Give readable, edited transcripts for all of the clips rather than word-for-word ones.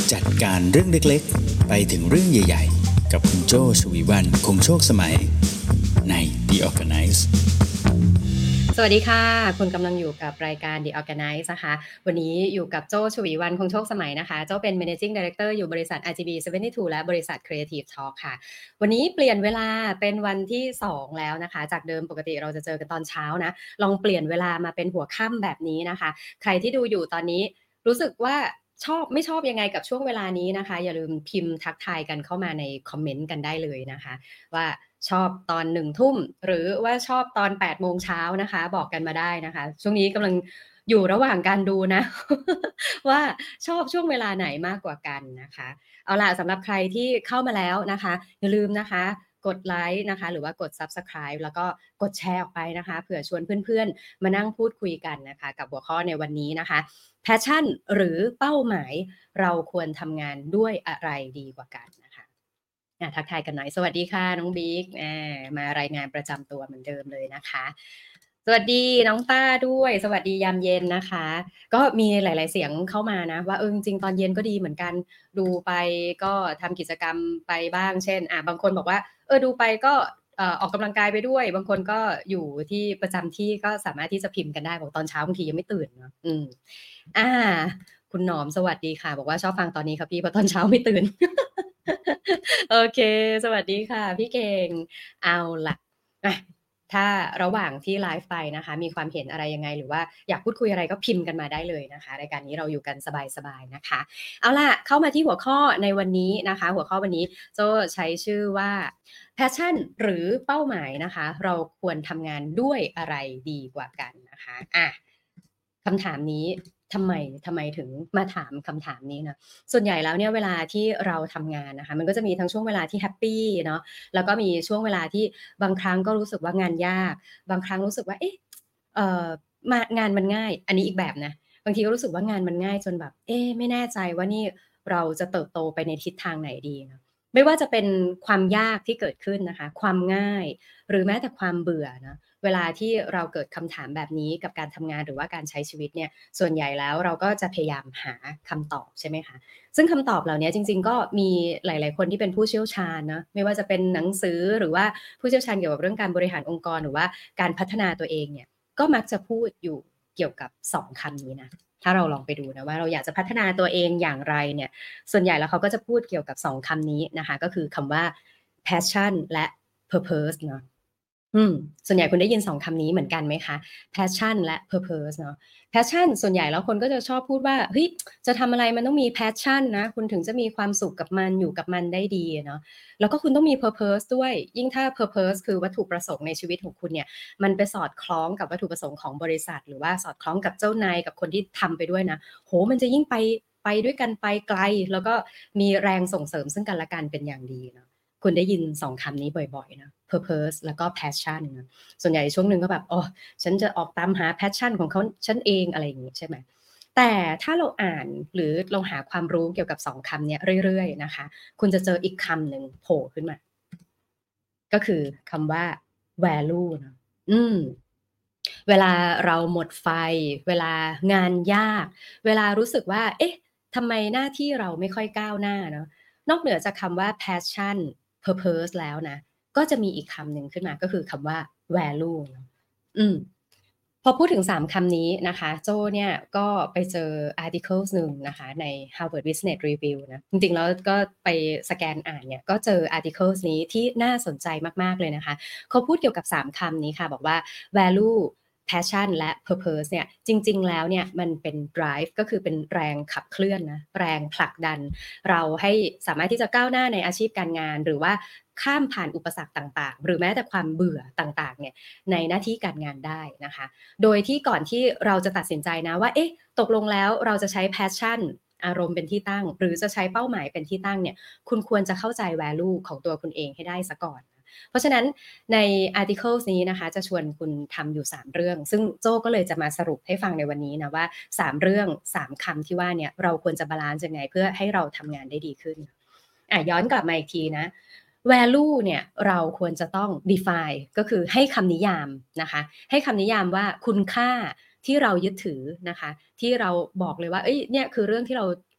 จัดการเรื่องเล็กๆไปถึงเรื่องใหญ่ๆกับคุณโจ้ชวีวรรณคงโชคสมัยใน The Organize สวัสดีค่ะคุณกำลังอยู่กับรายการ The Organize นะคะวันนี้อยู่กับโจ้ชวีวรรณคงโชคสมัยนะคะโจ้เป็น Managing Director อยู่บริษัท RGB 72และบริษัท Creative Talk ค่ะวันนี้เปลี่ยนเวลาเป็นวันที่2แล้วนะคะจากเดิมปกติเราจะเจอกันตอนเช้านะลองเปลี่ยนเวลามาเป็นหัวค่ำแบบนี้นะคะใครที่ดูอยู่ตอนนี้รู้สึกว่าชอบไม่ชอบยังไงกับช่วงเวลานี้นะคะอย่าลืมพิมพ์ทักทายกันเข้ามาในคอมเมนต์กันได้เลยนะคะว่าชอบตอน1ทุ่มหรือว่าชอบตอน8โมงเช้านะคะบอกกันมาได้นะคะช่วงนี้กำลังอยู่ระหว่างการดูนะ ว่าชอบช่วงเวลาไหนมากกว่ากันนะคะเอาล่ะสำหรับใครที่เข้ามาแล้วนะคะอย่าลืมนะคะกดไลค์นะคะหรือว่ากด Subscribe แล้วก็กดแชร์ออกไปนะคะเผื่อชวนเพื่อนๆมานั่งพูดคุยกันนะคะกับหัวข้อในวันนี้นะคะ Passion หรือเป้าหมายเราควรทำงานด้วยอะไรดีกว่ากันนะคะทักทายกันหน่อยสวัสดีค่ะน้องบิ๊กมารายงานประจำตัวเหมือนเดิมเลยนะคะสวัสดีน้องต้าด้วยสวัสดียามเย็นนะคะก็มีหลายๆเสียงเข้ามานะว่าจริงๆตอนเย็นก็ดีเหมือนกันดูไปก็ทำกิจกรรมไปบ้างเช่นบางคนบอกว่าดูไปก็ออกกำลังกายไปด้วยบางคนก็อยู่ที่ประจำที่ก็สามารถที่จะพิมพ์กันได้บอกตอนเช้าบางทียังไม่ตื่นเนาะอ่าคุณหนอมสวัสดีค่ะบอกว่าชอบฟังตอนนี้ค่ะพี่เพราะตอนเช้าไม่ตื่น โอเคสวัสดีค่ะพี่เก่งเอาล่ะอะถ้าระหว่างที่ไลฟ์ไปนะคะมีความเห็นอะไรยังไงหรือว่าอยากพูดคุยอะไรก็พิมพ์กันมาได้เลยนะคะรายการนี้เราอยู่กันสบายๆนะคะเอาล่ะเข้ามาที่หัวข้อในวันนี้นะคะหัวข้อวันนี้โจ้ใช้ชื่อว่า passion หรือเป้าหมายนะคะเราควรทำงานด้วยอะไรดีกว่ากันนะคะคำถามนี้ทำไมถึงมาถามคำถามนี้นะส่วนใหญ่แล้วเนี่ยเวลาที่เราทำงานนะคะมันก็จะมีทั้งช่วงเวลาที่แฮปปีเนาะแล้วก็มีช่วงเวลาที่บางครั้งก็รู้สึกว่างานยากบางครั้งรู้สึกว่าเอ๊ะเอ่องานมันง่ายอันนี้อีกแบบนะบางทีก็รู้สึกว่างานมันง่ายจนแบบเอ๊ะไม่แน่ใจว่านี่เราจะเติบโตไปในทิศทางไหนดีเนาะไม่ว่าจะเป็นความยากที่เกิดขึ้นนะคะความง่ายหรือแม้แต่ความเบื่อนะ เวลาที่เราเกิดคำถามแบบนี้กับการทำงานหรือว่าการใช้ชีวิตเนี่ยส่วนใหญ่แล้วเราก็จะพยายามหาคำตอบใช่ไหมคะซึ่งคำตอบเหล่านี้จริงๆก็มีหลายๆคนที่เป็นผู้เชี่ยวชาญนะไม่ว่าจะเป็นหนังสือหรือว่าผู้เชี่ยวชาญเกี่ยวกับเรื่องการบริหารองค์กรหรือว่าการพัฒนาตัวเองเนี่ยก็มักจะพูดอยู่เกี่ยวกับ2คำนี้นะถ้าเราลองไปดูนะว่าเราอยากจะพัฒนาตัวเองอย่างไรเนี่ยส่วนใหญ่แล้วเขาก็จะพูดเกี่ยวกับ2คำนี้นะคะก็คือคำว่า passion และ purpose เนาะ ส่วนใหญ่คุณได้ยิน2คำนี้เหมือนกันไหมคะ passion และ purpose เนาะ passion ส่วนใหญ่แล้วคนก็จะชอบพูดว่าเฮ้ยจะทำอะไรมันต้องมี passion นะคุณถึงจะมีความสุขกับมันอยู่กับมันได้ดีอะเนาะแล้วก็คุณต้องมี purpose ด้วยยิ่งถ้า purpose คือวัตถุประสงค์ในชีวิตของคุณเนี่ยมันไปสอดคล้องกับวัตถุประสงค์ของบริษัทหรือว่าสอดคล้องกับเจ้านายกับคนที่ทำไปด้วยนะโอ้โฮมันจะยิ่งไปด้วยกันไปไกลแล้วก็มีแรงส่งเสริมซึ่งกันและกันเป็นอย่างดีเนาะ คุณได้ยิน2คำนี้บ่อยๆนะ purpose แล้วก็ passion นะส่วนใหญ่ช่วงหนึ่งก็แบบอ๋อฉันจะออกตามหา passion ของเขาฉันเองอะไรอย่างงี้ใช่ไหมแต่ถ้าเราอ่านหรือลองหาความรู้เกี่ยวกับ2คำเนี้ยเรื่อยๆนะคะคุณจะเจออีกคำหนึ่งโผล่ขึ้นมาก็คือคำว่า value เนาะอืมเวลาเราหมดไฟเวลางานยากเวลารู้สึกว่าเอ๊ะทำไมหน้าที่เราไม่ค่อยก้าวหน้าเนาะ นอกเหนือจากคำว่า passion purpose แล้วนะก็จะมีอีกคำหนึ่งขึ้นมาก็คือคำว่า value เนาะอืมพอพูดถึง3คำนี้นะคะโจ้เนี่ยก็ไปเจอ articles หนึ่งนะคะใน Harvard Business Review นะจริงๆแล้วก็ไปสแกนอ่านเนี่ยก็เจอ articles นี้ที่น่าสนใจมากๆเลยนะคะเขาพูดเกี่ยวกับ3คำนี้ค่ะบอกว่า value passion และ purpose เนี่ยจริงๆแล้วเนี่ยมันเป็น drive ก็คือเป็นแรงขับเคลื่อนนะแรงผลักดัน เราให้สามารถที่จะก้าวหน้าในอาชีพการงานหรือว่าข้ามผ่านอุปสรรคต่างๆหรือแม้แต่ความเบื่อต่างๆเนี่ยในหน้าที่การงานได้นะคะโดยที่ก่อนที่เราจะตัดสินใจนะว่าเอ๊ะตกลงแล้วเราจะใช้ passion อารมณ์เป็นที่ตั้งหรือจะใช้เป้าหมายเป็นที่ตั้งเนี่ยคุณควรจะเข้าใจ value ของตัวคุณเองให้ได้ซะก่อนเพราะฉะนั้นใน articles นี้นะคะจะชวนคุณทำอยู่3เรื่องซึ่งโจ้ก็เลยจะมาสรุปให้ฟังในวันนี้นะว่า3เรื่อง3คำที่ว่าเนี่ยเราควรจะบาลานซ์ยังไงเพื่อให้เราทำงานได้ดีขึ้นย้อนกลับมาอีกทีนะ value เนี่ยเราควรจะต้อง define ก็คือให้คำนิยามนะคะให้คำนิยามว่าคุณค่าที่เรายึดถือนะคะที่เราบอกเลยว่าเอ้ยเนี่ยคือเรื่องที่เรา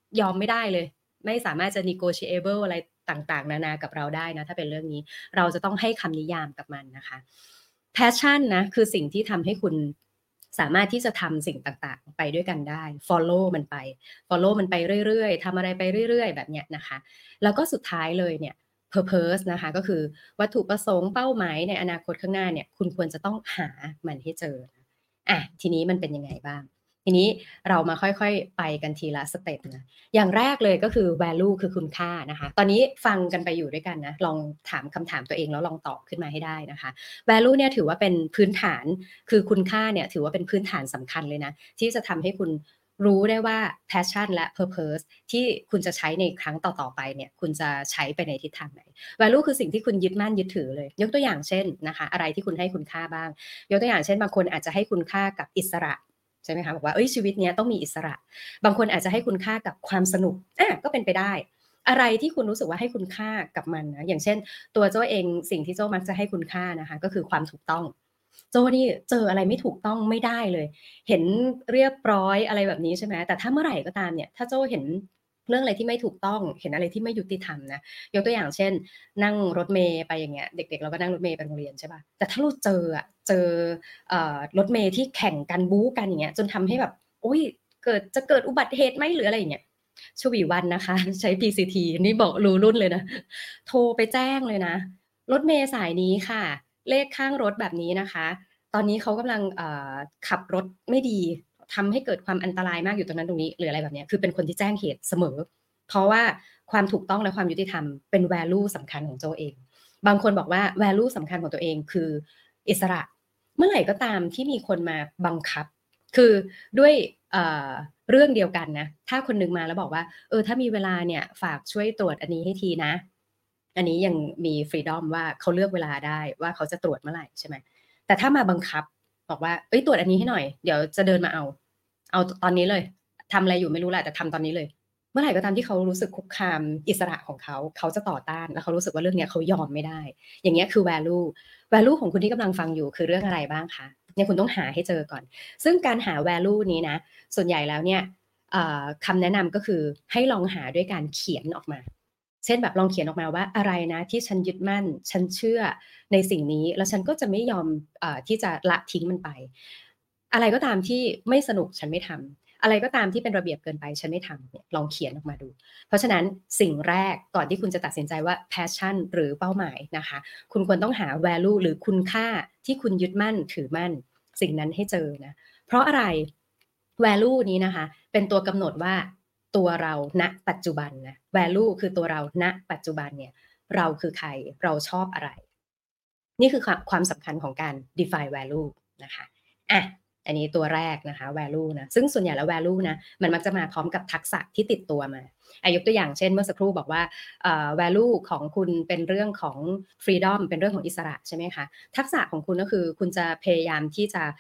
ยอมไม่ได้เลยไม่สามารถจะ negotiable อะไรต่างๆนานากับเราได้นะถ้าเป็นเรื่องนี้เราจะต้องให้คำนิยามกับมันนะคะ passion นะคือสิ่งที่ทำให้คุณสามารถที่จะทำสิ่งต่างๆไปด้วยกันได้ follow มันไป follow มันไปเรื่อยๆทำอะไรไปเรื่อยๆแบบเนี้ยนะคะแล้วก็สุดท้ายเลยเนี่ย purpose นะคะก็คือวัตถุประสงค์เป้าหมายในอนาคตข้างหน้าเนี่ยคุณควรจะต้องหามันให้เจอทีนี้มันเป็นยังไงบ้างทีนี้เรามาค่อยๆไปกันทีละสเต็ปนะอย่างแรกเลยก็คือ value คือคุณค่านะคะตอนนี้ฟังกันไปอยู่ด้วยกันนะลองถามคำถามตัวเองแล้วลองตอบขึ้นมาให้ได้นะคะ value เนี่ยถือว่าเป็นพื้นฐานคือคุณค่าเนี่ยถือว่าเป็นพื้นฐานสำคัญเลยนะที่จะทำให้คุณรู้ได้ว่า passion และ purpose ที่คุณจะใช้ในครั้งต่อๆไปเนี่ยคุณจะใช้ไปในทิศทางไหน value คือสิ่งที่คุณยึดมั่นยึดถือเลยยกตัวอย่างเช่นนะคะอะไรที่คุณให้คุณค่าบ้างยกตัวอย่างเช่นบางคนอาจจะให้คุณค่ากับอิสระใช่ไหมคะบอกว่าชีวิตนี้ต้องมีอิสระบางคนอาจจะให้คุณค่ากับความสนุกก็เป็นไปได้อะไรที่คุณรู้สึกว่าให้คุณค่ากับมันนะอย่างเช่นตัวโจ้เองสิ่งที่โจ้มักจะให้คุณค่านะคะก็คือความถูกต้องโจ้นี่เจออะไรไม่ถูกต้องไม่ได้เลยเห็นเรียบร้อยอะไรแบบนี้ใช่ไหมแต่ถ้าเมื่อไหร่ก็ตามเนี่ยถ้าโจ้เห็นเรื่องอะไรที่ไม่ถูกต้องเห็นอะไรที่ไม่ยุติธรรมนะยกตัวอย่างเช่นนั่งรถเมล์ไปอย่างเงี้ยเด็กๆเราก็นั่งรถเมล์ไปโรงเรียนใช่ป่ะแต่ถ้าเราเจอรถเมล์ที่แข่งกันบู๊กันอย่างเงี้ยจนทำให้แบบจะเกิดอุบัติเหตุไหมหรืออะไรอย่างเงี้ยชวีวันนะคะใช้ PCT นี่บอกรู้รุ่นเลยนะโทรไปแจ้งเลยนะรถเมล์สายนี้ค่ะเลขข้างรถแบบนี้นะคะตอนนี้เขากำลังขับรถไม่ดีทำให้เกิดความอันตรายมากอยู่ตรงนั้นตรงนี้หรืออะไรแบบนี้คือเป็นคนที่แจ้งเหตุเสมอเพราะว่าความถูกต้องและความยุติธรรมเป็น value สำคัญของโจเองบางคนบอกว่า value สำคัญของตัวเองคืออิสระเมื่อไหร่ก็ตามที่มีคนมาบังคับคือด้วยเรื่องเดียวกันนะถ้าคนนึงมาแล้วบอกว่าถ้ามีเวลาเนี่ยฝากช่วยตรวจอันนี้ให้ทีนะอันนี้ยังมีฟรีดอมว่าเขาเลือกเวลาได้ว่าเขาจะตรวจเมื่อไหร่ใช่ไหมแต่ถ้ามาบังคับบอกว่าตรวจอันนี้ให้หน่อยเดี๋ยวจะเดินมาเอาตอนนี้เลยทำอะไรอยู่ไม่รู้แหละแต่ทำตอนนี้เลยเมื่อไหร่ก็ตามที่เขารู้สึกคุกคามอิสระของเขาจะต่อต้านแล้วเขารู้สึกว่าเรื่องนี้เขายอมไม่ได้อย่างเงี้ยคือ value ของคุณที่กำลังฟังอยู่คือเรื่องอะไรบ้างคะเนี่ยคุณต้องหาให้เจอก่อนซึ่งการหา value นี้นะส่วนใหญ่แล้วเนี่ยคำแนะนำก็คือให้ลองหาด้วยการเขียนออกมาเช่นแบบลองเขียนออกมาว่าอะไรนะที่ฉันยึดมั่นฉันเชื่อในสิ่งนี้แล้วฉันก็จะไม่ยอมที่จะละทิ้งมันไปอะไรก็ตามที่ไม่สนุกฉันไม่ทำอะไรก็ตามที่เป็นระเบียบเกินไปฉันไม่ทำเนี่ยลองเขียนออกมาดูเพราะฉะนั้นสิ่งแรกก่อนที่คุณจะตัดสินใจว่า passion หรือเป้าหมายนะคะคุณควรต้องหา value หรือคุณค่าที่คุณยึดมั่นถือมั่นสิ่งนั้นให้เจอนะเพราะอะไร value นี้นะคะเป็นตัวกำหนดว่าตัวเราณปัจจุบันนะ value คือตัวเราณปัจจุบันเนี่ยเราคือใครเราชอบอะไรนี่คือความสำคัญของการ define value นะคะอันนี้ตัวแรกนะคะ value นะซึ่งส่วนใหญ่แล้ว value นะมันมักจะมาพร้อมกับทักษะที่ติดตัวมายกตัวอย่างเช่นเมื่อสักครู่บอกว่าvalue ของคุณเป็นเรื่องของ freedom เป็นเรื่องของอิสระใช่ไหมคะทักษะของคุณก็คือคุณจะพยายามที่จะ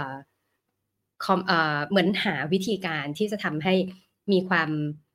เหมือนหาวิธีการที่จะทำให้มีความ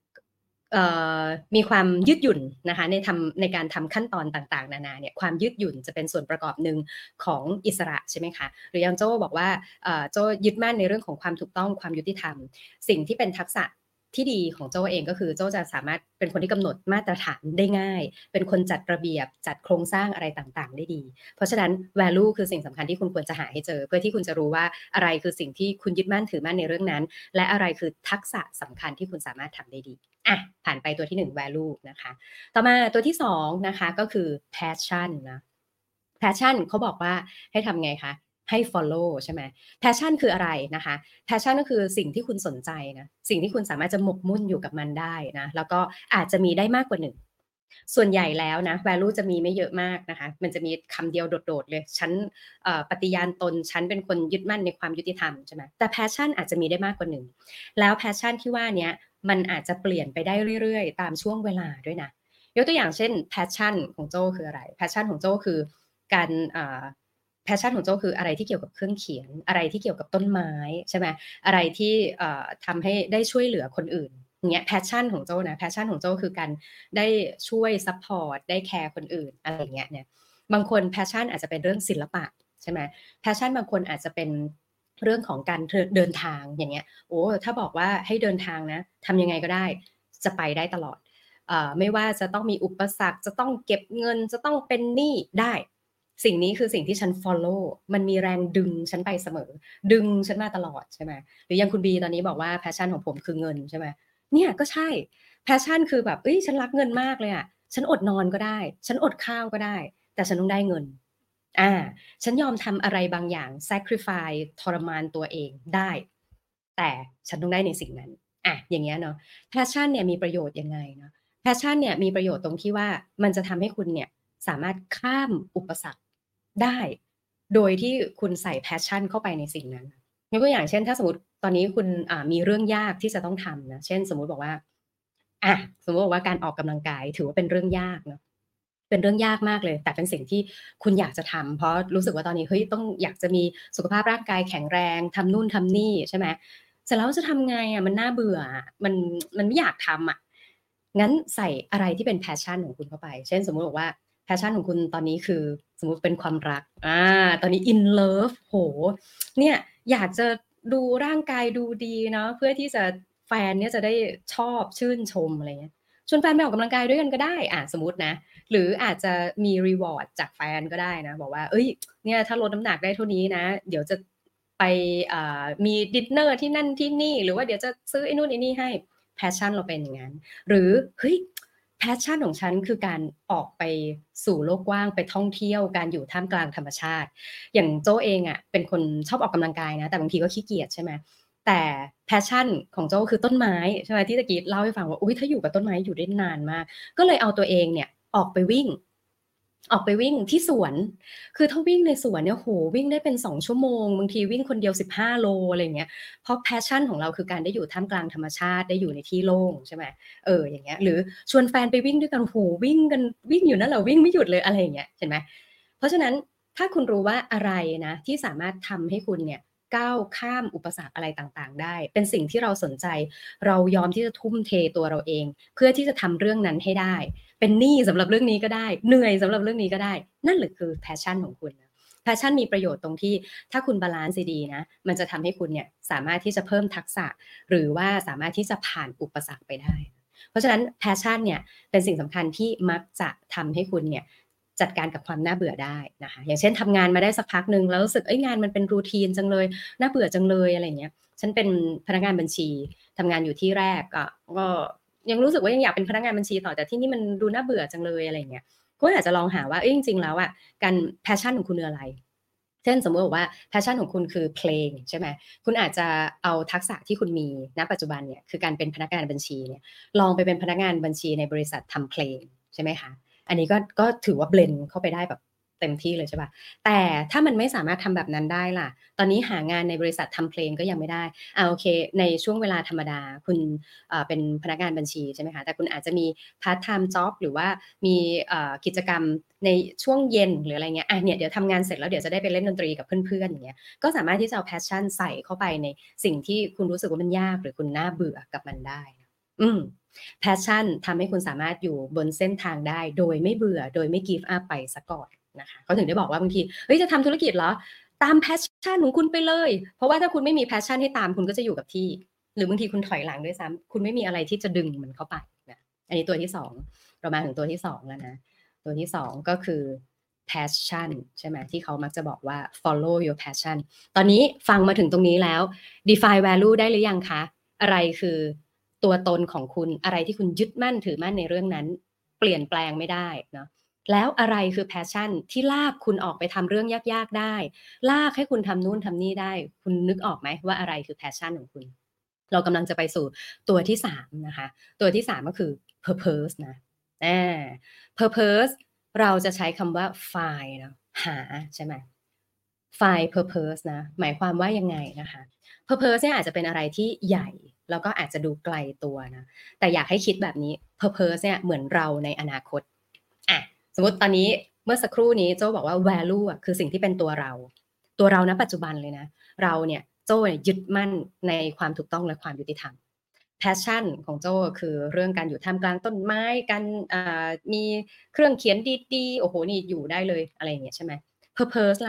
มีความยืดหยุ่นนะคะในการทำขั้นตอนต่างๆนานาเนี่ยความยืดหยุ่นจะเป็นส่วนประกอบหนึ่งของอิสระใช่ไหมคะหรืออย่างโจ้บอกว่าโจ้ยึดมั่นในเรื่องของความถูกต้องความยุติธรรมสิ่งที่เป็นทักษะที่ดีของโจ้เองก็คือโจ้จะสามารถเป็นคนที่กำหนดมาตรฐานได้ง่ายเป็นคนจัดระเบียบจัดโครงสร้างอะไรต่างๆได้ดีเพราะฉะนั้น value คือสิ่งสำคัญที่คุณควรจะหาให้เจอเพื่อที่คุณจะรู้ว่าอะไรคือสิ่งที่คุณยึดมั่นถือมั่นในเรื่องนั้นและอะไรคือทักษะสำคัญที่คุณสามารถทำได้ดีผ่านไปตัวที่1 value นะคะต่อมาตัวที่2นะคะก็คือ passion นะ passion เขาบอกว่าให้ทำไงคะให้ follow ใช่ไหม passion คืออะไรนะคะ passion ก็คือสิ่งที่คุณสนใจนะสิ่งที่คุณสามารถจะหมกมุ่นอยู่กับมันได้นะแล้วก็อาจจะมีได้มากกว่า1ส่วนใหญ่แล้วนะ value จะมีไม่เยอะมากนะคะมันจะมีคำเดียวโดดๆเลยฉันปฏิญาณตนฉันเป็นคนยึดมั่นในความยุติธรรมใช่ไหมแต่ passion อาจจะมีได้มากกว่า1แล้ว passion ที่ว่านี้มันอาจจะเปลี่ยนไปได้เรื่อยๆตามช่วงเวลาด้วยนะยกตัวอย่างเช่น passion ของโจ้คืออะไร passion ของโจ้คือการpassion ของโจ้คืออะไรที่เกี่ยวกับเครื่องเขียนอะไรที่เกี่ยวกับต้นไม้ใช่ไหมอะไรที่ทำให้ได้ช่วยเหลือคนอื่นอย่างเงี้ย passion ของโจ้นะ passion ของโจ้คือการได้ช่วย support ได้แคร์คนอื่นอะไรอย่างเงี้ยเนี่ยบางคน passion อาจจะเป็นเรื่องศิลปะใช่ไหม passion บางคนอาจจะเป็นเรื่องของการเดินทางอย่างเงี้ยถ้าบอกว่าให้เดินทางนะทำยังไงก็ได้จะไปได้ตลอดไม่ว่าจะต้องมีอุปสรรคจะต้องเก็บเงินจะต้องเป็นหนี้ได้สิ่งนี้คือสิ่งที่ฉัน follow มันมีแรงดึงฉันไปเสมอดึงฉันมาตลอดใช่ไหมหรืออย่างคุณบีตอนนี้บอกว่า passion ของผมคือเงินใช่ไหมเนี่ยก็ใช่ passion คือแบบฉันรักเงินมากเลยอะฉันอดนอนก็ได้ฉันอดข้าวก็ได้แต่ฉันต้องได้เงินอ่าฉันยอมทำอะไรบางอย่าง sacrifice ทรมานตัวเองได้แต่ฉันต้องได้ในสิ่งนั้นอย่างเงี้ยเนาะ passion เนี่ยมีประโยชน์ยังไงเนาะ passion เนี่ยมีประโยชน์ตรงที่ว่ามันจะทำให้คุณเนี่ยสามารถข้ามอุปสรรคได้โดยที่คุณใส่ passion เข้าไปในสิ่งนั้นยกตัวอย่างเช่นถ้าสมมติตอนนี้คุณมีเรื่องยากที่จะต้องทำนะเช่นสมมุติบอกว่าสมมุติบอกว่าการออกกำลังกายถือว่าเป็นเรื่องยากเนาะเป็นเรื่องยากมากเลยแต่เป็นสิ่งที่คุณอยากจะทำเพราะรู้สึกว่าตอนนี้เฮ้ยต้องอยากจะมีสุขภาพร่างกายแข็งแรงทำนู่นทำนี่ใช่ไหมเสร็จแล้วจะทำไงมันน่าเบื่อมันไม่อยากทำงั้นใส่อะไรที่เป็น passion ของคุณเข้าไปเช่นสมมุติบอกว่า passion ของคุณตอนนี้คือสมมุติเป็นความรักตอนนี้ in love โหเนี่ยอยากจะดูร่างกายดูดีเนาะเพื่อที่จะแฟนเนี่ยจะได้ชอบชื่นชมอะไรเงี้ยชวนแฟนไปออกกำลังกายด้วยกันก็ได้สมมุตินะหรืออาจจะมี reward จากแฟนก็ได้นะบอกว่าเนี่ยถ้าลดน้ำหนักได้เท่านี้นะเดี๋ยวจะไปมีดินเนอร์ที่นั่นที่นี่หรือว่าเดี๋ยวจะซื้อไอ้นู่นไอ้นี่ให้ passion เราเป็นอย่างนั้นหรือเฮ้ย passion ของฉันคือการออกไปสู่โลกกว้างไปท่องเที่ยวการอยู่ท่ามกลางธรรมชาติอย่างโจ้เองเป็นคนชอบออกกำลังกายนะแต่บางทีก็ขี้เกียจใช่ไหมแต่ passion ของโจ้คือต้นไม้ใช่ไหมที่ตะกี้เล่าให้ฟังว่าถ้าอยู่กับต้นไม้อยู่ได้นานมากก็เลยเอาตัวเองเนี่ยออกไปวิ่งที่สวนคือถ้าวิ่งในสวนเนี่ยโหวิ่งได้เป็น2ชั่วโมงบางทีวิ่งคนเดียว15โลอะไรอย่างเงี้ยเพราะ passion ของเราคือการได้อยู่ท่ามกลางธรรมชาติได้อยู่ในที่โล่งใช่ไหมอย่างเงี้ยหรือชวนแฟนไปวิ่งด้วยกันโหวิ่งกันวิ่งอยู่นั่นแหละวิ่งไม่หยุดเลยอะไรอย่างเงี้ยเห็นไหมเพราะฉะนั้นถ้าคุณรู้ว่าอะไรนะที่สามารถทำให้คุณเนี่ยก้าวข้ามอุปสรรคอะไรต่างๆได้เป็นสิ่งที่เราสนใจเรายอมที่จะทุ่มเทตัวเราเองเพื่อที่จะทำเรื่องนั้นให้ได้เป็นหนี้สำหรับเรื่องนี้ก็ได้เหนื่อยสำหรับเรื่องนี้ก็ได้นั่นแหละคือ passion ของคุณนะ passion มีประโยชน์ตรงที่ถ้าคุณบาลานซ์ดีๆนะมันจะทำให้คุณเนี่ยสามารถที่จะเพิ่มทักษะหรือว่าสามารถที่จะผ่านอุปสรรคไปได้เพราะฉะนั้น passion เนี่ยเป็นสิ่งสำคัญที่มักจะทำให้คุณเนี่ยจัดการกับความน่าเบื่อได้นะคะอย่างเช่นทำงานมาได้สักพักหนึ่งแล้วรู้สึกงานมันเป็นรูทีนจังเลยน่าเบื่อจังเลยอะไรเงี้ยฉันเป็นพนักงานบัญชีทำงานอยู่ที่แรกก็ยังรู้สึกว่ายังอยากเป็นพนักงานบัญชีต่อแต่ที่นี่มันดูน่าเบื่อจังเลยอะไรเงี้ยก็อาจจะลองหาว่าจริงๆแล้วการ passion ของคุณคืออะไรเช่นสมมติบอกว่า passion ของคุณคือเพลงใช่ไหมคุณอาจจะเอาทักษะที่คุณมีณปัจจุบันเนี่ยคือการเป็นพนักงานบัญชีเนี่ยลองไปเป็นพนักงานบัญชีในบริษัททำเพลงใช่ไหมคะอันนี้ก็ถือว่าเบลนเข้าไปได้แบบเต็มที่เลยใช่ป่ะแต่ถ้ามันไม่สามารถทำแบบนั้นได้ล่ะตอนนี้หางานในบริษัททำเพลงก็ยังไม่ได้โอเคในช่วงเวลาธรรมดาคุณเป็นพนักงานบัญชีใช่ไหมคะแต่คุณอาจจะมีพาร์ทไทม์จ็อบหรือว่ามีกิจกรรมในช่วงเย็นหรืออะไรเงี้ยเนี่ยเดี๋ยวทำงานเสร็จแล้วเดี๋ยวจะได้ไปเล่นดนตรีกับเพื่อนๆอย่างเงี้ยก็สามารถที่จะเอา passion ใส่เข้าไปในสิ่งที่คุณรู้สึกว่ามันยากหรือคุณน่าเบื่อกับมันได้passion ทำให้คุณสามารถอยู่บนเส้นทางได้โดยไม่เบื่อโดยไม่ give up ไปซะก่อนนะคะเขาถึงได้บอกว่าบางทีจะทำธุรกิจเหรอตาม passion ของคุณไปเลยเพราะว่าถ้าคุณไม่มี passion ให้ตามคุณก็จะอยู่กับที่หรือบางทีคุณถอยหลังด้วยซ้ำคุณไม่มีอะไรที่จะดึงมันเข้าไปนะอันนี้ตัวที่2เรามาถึงตัวที่2แล้วนะตัวที่2ก็คือ passion ใช่ไหมที่เขามักจะบอกว่า follow your passion ตอนนี้ฟังมาถึงตรงนี้แล้ว define value ได้หรือยังคะอะไรคือตัวตนของคุณอะไรที่คุณยึดมั่นถือมั่นในเรื่องนั้นเปลี่ยนแปลงไม่ได้เนาะแล้วอะไรคือ passion ที่ลากคุณออกไปทำเรื่องยากๆได้ลากให้คุณทำนู่นทำนี่ได้คุณนึกออกไหมว่าอะไรคือ passion ของคุณเรากำลังจะไปสู่ตัวที่3นะคะตัวที่3ก็คือ purpose นะpurpose เราจะใช้คำว่า find นะหาใช่ไหม find purpose นะหมายความว่ายังไงนะคะ purpose เนี่ยอาจจะเป็นอะไรที่ใหญ่แล้วก็อาจจะดูไกลตัวนะแต่อยากให้คิดแบบนี้ purpose เนี่ยเหมือนเราในอนาคตสมมติตอนนี้เมื่อสักครู่นี้โจ้บอกว่า value คือสิ่งที่เป็นตัวเราณปัจจุบันเลยนะเราเนี่ยโจ้ยึดมั่นในความถูกต้องและความยุติธรรม passion ของโจ้คือเรื่องการอยู่ท่ามกลางต้นไม้การมีเครื่องเขียนดีๆโอ้โหนี่อยู่ได้เลยอะไรอย่างเงี้ยใช่ไหม purpose ล่ะ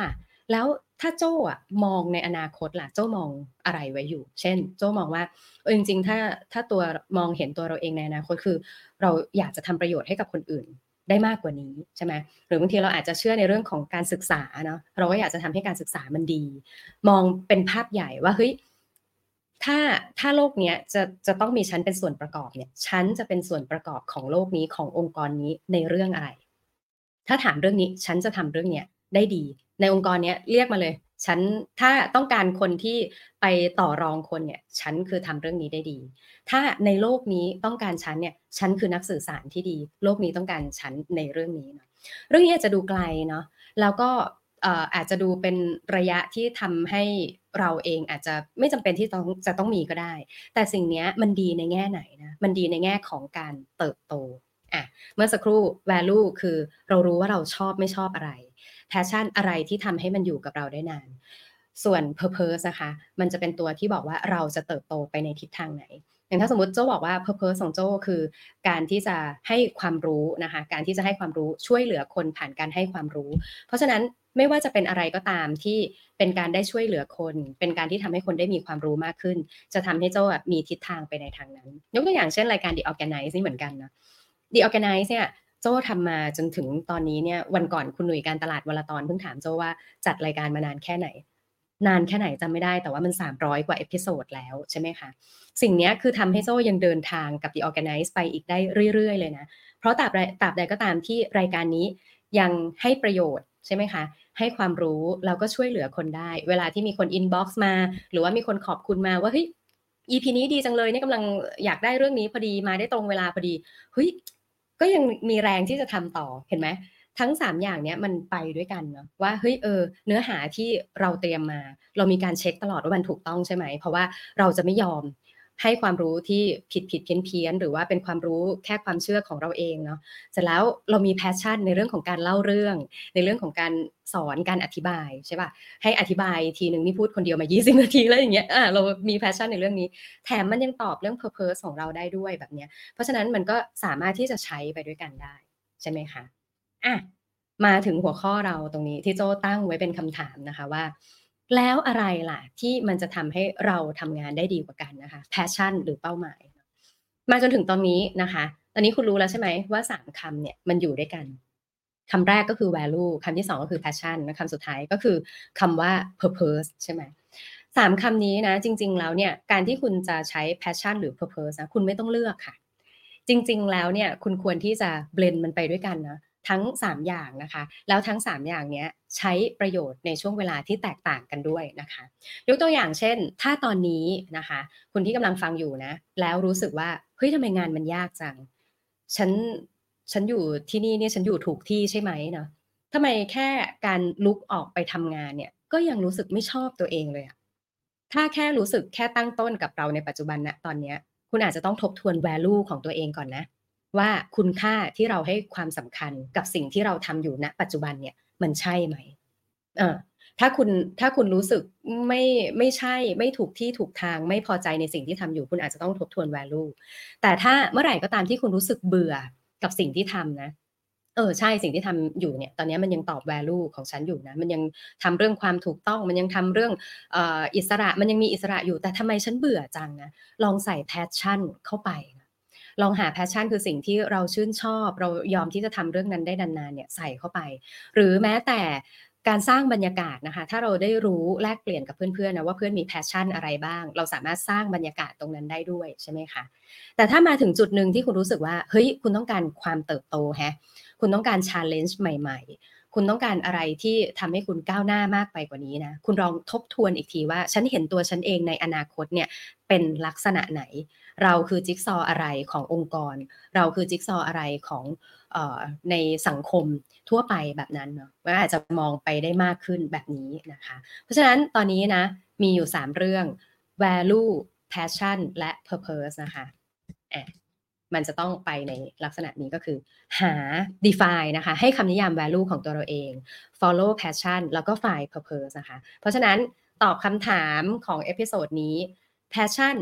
แล้วถ้าโจ้อะมองในอนาคตล่ะโจ้มองอะไรไว้อยู่เช่นโจ้มองว่าจริงๆถ้าตัวมองเห็นตัวเราเองในอนาคตคือเราอยากจะทำประโยชน์ให้กับคนอื่นได้มากกว่านี้ใช่ไหมหรือบางทีเราอาจจะเชื่อในเรื่องของการศึกษาเนาะเราก็อยากจะทำให้การศึกษามันดีมองเป็นภาพใหญ่ว่าเฮ้ยถ้าถ้าโลกเนี้ยจะต้องมีฉันเป็นส่วนประกอบเนี่ยฉันจะเป็นส่วนประกอบของโลกนี้ขององค์กรนี้ในเรื่องอะไร ถ้าถามเรื่องนี้ฉันจะทำเรื่องเนี้ยได้ดีในองค์กรเนี้ยเรียกมาเลยฉันถ้าต้องการคนที่ไปต่อรองคนเนี่ยฉันคือทำเรื่องนี้ได้ดีถ้าในโลกนี้ต้องการฉันเนี่ยฉันคือนักสื่อสารที่ดีโลกนี้ต้องการฉันในเรื่องนี้เนาะเรื่องนี้อาจจะดูไกลเนาะแล้วก็อาจจะดูเป็นระยะที่ทำให้เราเองอาจจะไม่จำเป็นที่จะต้องมีก็ได้แต่สิ่งเนี้ยมันดีในแง่ไหนนะมันดีในแง่ของการเติบโตอะ เมื่อสักครู่ value คือเรารู้ว่าเราชอบไม่ชอบอะไร passion อะไรที่ทำให้มันอยู่กับเราได้นานส่วน purpose นะคะมันจะเป็นตัวที่บอกว่าเราจะเติบโตไปในทิศทางไหนอย่างถ้าสมมติโจ้บอกว่า purpose ของโจ้คือการที่จะให้ความรู้นะคะการที่จะให้ความรู้ช่วยเหลือคนผ่านการให้ความรู้เพราะฉะนั้นไม่ว่าจะเป็นอะไรก็ตามที่เป็นการได้ช่วยเหลือคนเป็นการที่ทำให้คนได้มีความรู้มากขึ้นจะทำให้โจ้มีทิศทางไปในทางนั้นยกตัวอย่างเช่นรายการ The Organize นี่เหมือนกันนะ The Organize เนี่ยโจ้ทำมาจนถึงตอนนี้เนี่ยวันก่อนคุณหนุ่ยการตลาดวลตอนเพิ่งถามโจ้ว่าจัดรายการมานานแค่ไหนนานแค่ไหนจำไม่ได้แต่ว่ามัน300กว่าเอพิโซดแล้วใช่ไหมคะสิ่งนี้คือทำให้โจ้ยังเดินทางกับ The Organize ไปอีกได้เรื่อยๆเลยนะเพราะตราบใดก็ตามที่รายการนี้ยังให้ประโยชน์ใช่ไหมคะให้ความรู้แล้วก็ช่วยเหลือคนได้เวลาที่มีคนอินบ็อกซ์มาหรือว่ามีคนขอบคุณมาว่าเฮ้ย EP นี้ดีจังเลยเนี่ยกำลังอยากได้เรื่องนี้พอดีมาได้ตรงเวลาพอดีเฮ้ยก็ยังมีแรงที่จะทำต่อเห็นไหมทั้ง3อย่างเนี้ยมันไปด้วยกันเนาะว่าเฮ้ยเนื้อหาที่เราเตรียมมาเรามีการเช็คตลอดว่ามันถูกต้องใช่ไหมเพราะว่าเราจะไม่ยอมให้ความรู้ที่ผิดเพี้ยนหรือว่าเป็นความรู้แค่ความเชื่อของเราเองเนาะเสร็จแล้วเรามี passion ในเรื่องของการเล่าเรื่องในเรื่องของการสอนการอธิบายใช่ป่ะให้อธิบายทีนึงนี่พูดคนเดียวมา20นาทีแล้วอย่างเงี้ยเรามี passion ในเรื่องนี้ แถมมันยังตอบเรื่อง purpose ของเราได้ด้วยแบบเนี้ยเพราะฉะนั้นมันก็สามารถที่จะใช้ไปด้วยกันได้ใช่ไหมคะอะมาถึงหัวข้อเราตรงนี้ที่โจ้ตั้งไว้เป็นคำถามนะคะว่าแล้วอะไรล่ะที่มันจะทำให้เราทำงานได้ดีกว่ากันนะคะ passion หรือเป้าหมายมาจนถึงตอนนี้นะคะตอนนี้คุณรู้แล้วใช่ไหมว่า3คำเนี่ยมันอยู่ด้วยกันคำแรกก็คือ value คำที่2ก็คือ passion และคำสุดท้ายก็คือคำว่า purpose ใช่ไหม 3คำนี้นะจริงๆแล้วเนี่ยการที่คุณจะใช้ passion หรือ purpose นะคุณไม่ต้องเลือกค่ะจริงๆแล้วเนี่ยคุณควรที่จะเบลนด์มันไปด้วยกันนะทั้ง3อย่างนะคะแล้วทั้ง3อย่างเนี้ยใช้ประโยชน์ในช่วงเวลาที่แตกต่างกันด้วยนะคะยกตัวอย่างเช่นถ้าตอนนี้นะคะคุณที่กำลังฟังอยู่นะแล้วรู้สึกว่าเฮ้ยทำไมงานมันยากจังฉันฉันอยู่ที่นี่เนี่ยฉันอยู่ถูกที่ใช่ไหมเนาะทำไมแค่การลุกออกไปทำงานเนี่ยก็ยังรู้สึกไม่ชอบตัวเองเลยอะ ถ้าแค่รู้สึกแค่ตั้งต้นกับเราในปัจจุบันณตอนเนี้ยคุณอาจจะต้องทบทวน value ของตัวเองก่อนนะว่าคุณค่าที่เราให้ความสำคัญกับสิ่งที่เราทำอยู่ณปัจจุบันเนี่ยมันใช่ไหมเออถ้าคุณถ้าคุณรู้สึกไม่ไม่ใช่ไม่ถูกที่ถูกทางไม่พอใจในสิ่งที่ทำอยู่คุณอาจจะต้องทบทวน value แต่ถ้าเมื่อไหร่ก็ตามที่คุณรู้สึกเบื่อกับสิ่งที่ทำนะใช่สิ่งที่ทำอยู่เนี่ยตอนนี้มันยังตอบ value ของฉันอยู่นะมันยังทำเรื่องความถูกต้องมันยังทำเรื่องอิสระมันยังมีอิสระอยู่แต่ทำไมฉันเบื่อจังนะลองใส่ passion เข้าไปลองหา passion คือสิ่งที่เราชื่นชอบเรายอมที่จะทำเรื่องนั้นได้นานๆเนี่ยใส่เข้าไปหรือแม้แต่การสร้างบรรยากาศนะคะถ้าเราได้รู้แลกเปลี่ยนกับเพื่อนๆนะว่าเพื่อนมี passion อะไรบ้างเราสามารถสร้างบรรยากาศตรงนั้นได้ด้วยใช่ไหมคะแต่ถ้ามาถึงจุดหนึ่งที่คุณรู้สึกว่าเฮ้ยคุณต้องการความเติบโตแฮะคุณต้องการ challenge ใหม่ๆคุณต้องการอะไรที่ทำให้คุณก้าวหน้ามากไปกว่านี้นะคุณลองทบทวนอีกทีว่าฉันเห็นตัวฉันเองในอนาคตเนี่ยเป็นลักษณะไหนเราคือจิ๊กซอว์อะไรขององค์กรเราคือจิ๊กซอว์อะไรของในสังคมทั่วไปแบบนั้นเนาะมันอาจจะมองไปได้มากขึ้นแบบนี้นะคะเพราะฉะนั้นตอนนี้นะมีอยู่3เรื่อง value passion และ purpose นะคะอะมันจะต้องไปในลักษณะนี้ก็คือหา define นะคะให้คำนิยาม value ของตัวเราเอง follow passion แล้วก็ find purpose นะคะเพราะฉะนั้นตอบคำถามของเอพิโซดนี้ passion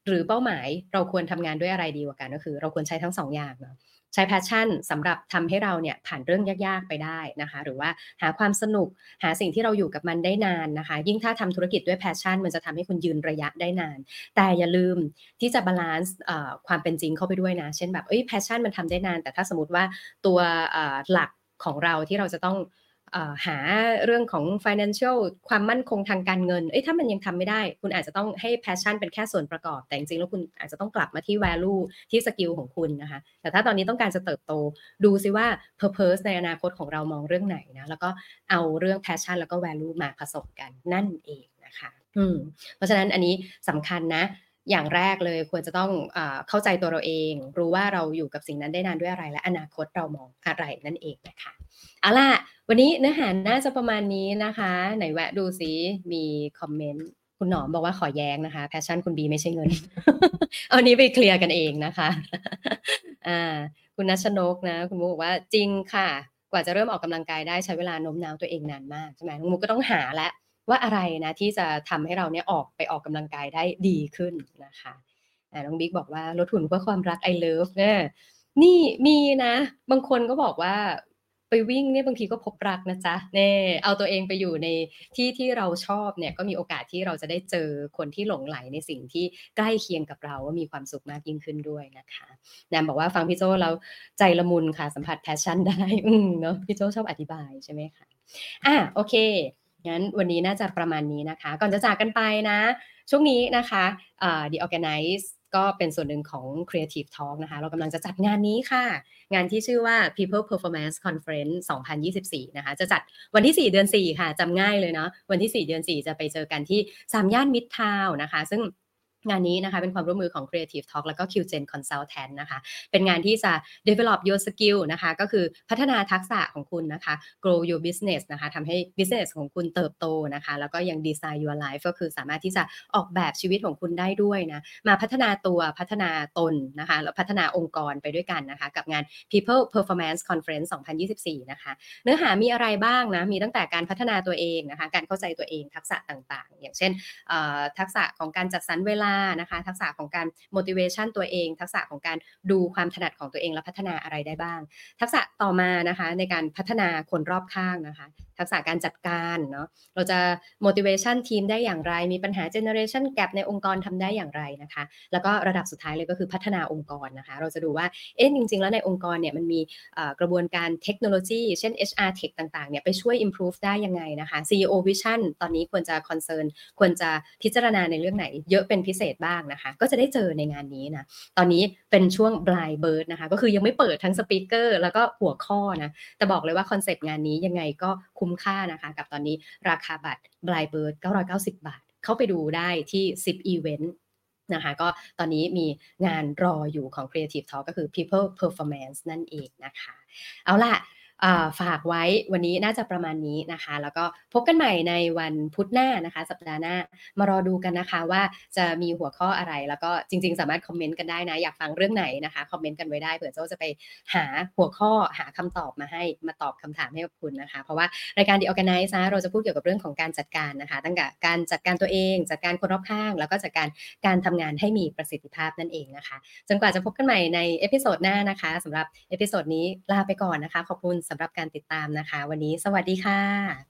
หรือเป้าหมายเราควรทำงานด้วยอะไรดีกว่ากันก็คือเราควรใช้ทั้ง2อย่างเนาะใช้ passion สำหรับทำให้เราเนี่ยผ่านเรื่องยากๆไปได้นะคะหรือว่าหาความสนุกหาสิ่งที่เราอยู่กับมันได้นานนะคะยิ่งถ้าทำธุรกิจด้วย passion มันจะทำให้คุณยืนระยะได้นานแต่อย่าลืมที่จะบาลันซ์ความเป็นจริงเข้าไปด้วยนะเช่นแบบpassion มันทำได้นานแต่ถ้าสมมุติว่าตัวหลักของเราที่เราจะต้องหาเรื่องของ financial ความมั่นคงทางการเงินถ้ามันยังทำไม่ได้คุณอาจจะต้องให้ passion เป็นแค่ส่วนประกอบแต่จริงๆแล้วคุณอาจจะต้องกลับมาที่ value ที่สกิลของคุณนะคะแต่ถ้าตอนนี้ต้องการจะเติบโตดูซิว่า purpose ในอนาคตของเรามองเรื่องไหนนะแล้วก็เอาเรื่อง passion แล้วก็ value มาผสมกันนั่นเองนะคะเพราะฉะนั้นอันนี้สำคัญนะอย่างแรกเลยควรจะต้องเข้าใจตัวเราเองรู้ว่าเราอยู่กับสิ่งนั้นได้นานด้วยอะไรและอนาคตเรามองอะไรนั่นเองนะคะเอาล่ะวันนี้เนื้อหาน่าจะประมาณนี้นะคะไหนแวะดูซิมีคอมเมนต์คุณหนอมบอกว่าขอแย้งนะคะ passion คุณบีไม่ใช่เงิน เอานี้ไปเคลียร์กันเองนะคะคุณนัชนกนะคุณมุกบอกว่าจริงค่ะกว่าจะเริ่มออกกำลังกายได้ใช้เวลาโน้มน้าวตัวเองนานมากใช่ไหมน้องมุกก็ต้องหาแล้วว่าอะไรนะที่จะทำให้เราเนี่ยออกกำลังกายได้ดีขึ้นนะคะน้องบิ๊กบอกว่าลดหุ่นเพื่อความรัก I love เนี่ยนี่มีนะบางคนก็บอกว่าไปวิ่งเนี่ยบางทีก็พบรักนะจ๊ะเนี่ยเอาตัวเองไปอยู่ในที่เราชอบเนี่ยก็มีโอกาสที่เราจะได้เจอคนที่หลงไหลในสิ่งที่ใกล้เคียงกับเราว่ามีความสุขมากยิ่งขึ้นด้วยนะคะแนมบอกว่าฟังพี่โจ้แล้วใจละมุนค่ะสัมผัสแพชชั่นได้เนาะพี่โจ้ชอบอธิบายใช่ไหมคะโอเคงั้นวันนี้น่าจะประมาณนี้นะคะก่อนจะจากกันไปนะช่วงนี้นะคะThe Organize ก็เป็นส่วนหนึ่งของ Creative Talk นะคะเรากำลังจะจัดงานนี้ค่ะงานที่ชื่อว่า People Performance Conference 2024นะคะจะจัดวันที่4เดือน4ค่ะจำง่ายเลยเนาะวันที่4เดือน4จะไปเจอกันที่3ย่านมิตรทาวน์นะคะซึ่งงานนี้นะคะเป็นความร่วมมือของ Creative Talk แล้วก็ QGen Consultant นะคะเป็นงานที่จะ develop your skill นะคะก็คือพัฒนาทักษะของคุณนะคะ grow your business นะคะทำให้ business ของคุณเติบโตนะคะแล้วก็ยัง design your life ก็คือสามารถที่จะออกแบบชีวิตของคุณได้ด้วยนะมาพัฒนาตัวพัฒนาตนนะคะแล้วพัฒนาองค์กรไปด้วยกันนะคะกับงาน People Performance Conference 2024นะคะเนื้อหามีอะไรบ้างนะมีตั้งแต่การพัฒนาตัวเองนะคะการเข้าใจตัวเองทักษะต่างๆอย่างเช่นทักษะของการจัดสรรเวลานะคะทักษะของการ motivation ตัวเองทักษะของการดูความถนัดของตัวเองและพัฒนาอะไรได้บ้างทักษะต่อมานะคะในการพัฒนาคนรอบข้างนะคะทักษะการจัดการเนาะเราจะ motivation ทีมได้อย่างไรมีปัญหา generation gap ในองค์กรทำได้อย่างไรนะคะแล้วก็ระดับสุดท้ายเลยก็คือพัฒนาองค์กรนะคะเราจะดูว่าจริงๆแล้วในองค์กรเนี่ยมันมีกระบวนการเทคโนโลยีเช่น HR Tech ต่างๆเนี่ยไปช่วย improve ได้ยังไงนะคะ CEO Vision ตอนนี้ควรจะ concern ควรจะพิจารณาในเรื่องไหนเยอะเป็นพิเศษบ้างนะคะก็จะได้เจอในงานนี้นะตอนนี้เป็นช่วง blind bird นะคะก็คือยังไม่เปิดทั้งสปีกเกอร์แล้วก็หัวข้อนะแต่บอกเลยว่าคอนเซปต์งานนี้ยังไงก็คุ้มค่านะคะกับตอนนี้ราคาบัตร blind bird 990 บาทเข้าไปดูได้ที่10 event นะคะก็ตอนนี้มีงานรออยู่ของ Creative Talk ก็คือ People Performance นั่นเองนะคะเอาล่ะฝากไว้วันนี้น่าจะประมาณนี้นะคะแล้วก็พบกันใหม่ในวันพุธหน้านะคะสัปดาห์หน้ามารอดูกันนะคะว่าจะมีหัวข้ออะไรแล้วก็จริงๆสามารถคอมเมนต์กันได้นะอยากฟังเรื่องไหนนะคะคอมเมนต์กันไว้ได้เผื่อโจ้จะไปหาหัวข้อหาคำตอบมาให้มาตอบคำถามให้กับคุณนะคะเพราะว่ารายการ The Organize นะเราจะพูดเกี่ยวกับเรื่องของการจัดการนะคะตั้งแต่การจัดการตัวเองจัดการคนรอบข้างแล้วก็จัดการทำงานให้มีประสิทธิภาพนั่นเองนะคะจนกว่าจะพบกันใหม่ในเอพิโซดหน้านะคะสำหรับเอพิโซดนี้ลาไปก่อนนะคะขอบคุณสำหรับการติดตามนะคะวันนี้สวัสดีค่ะ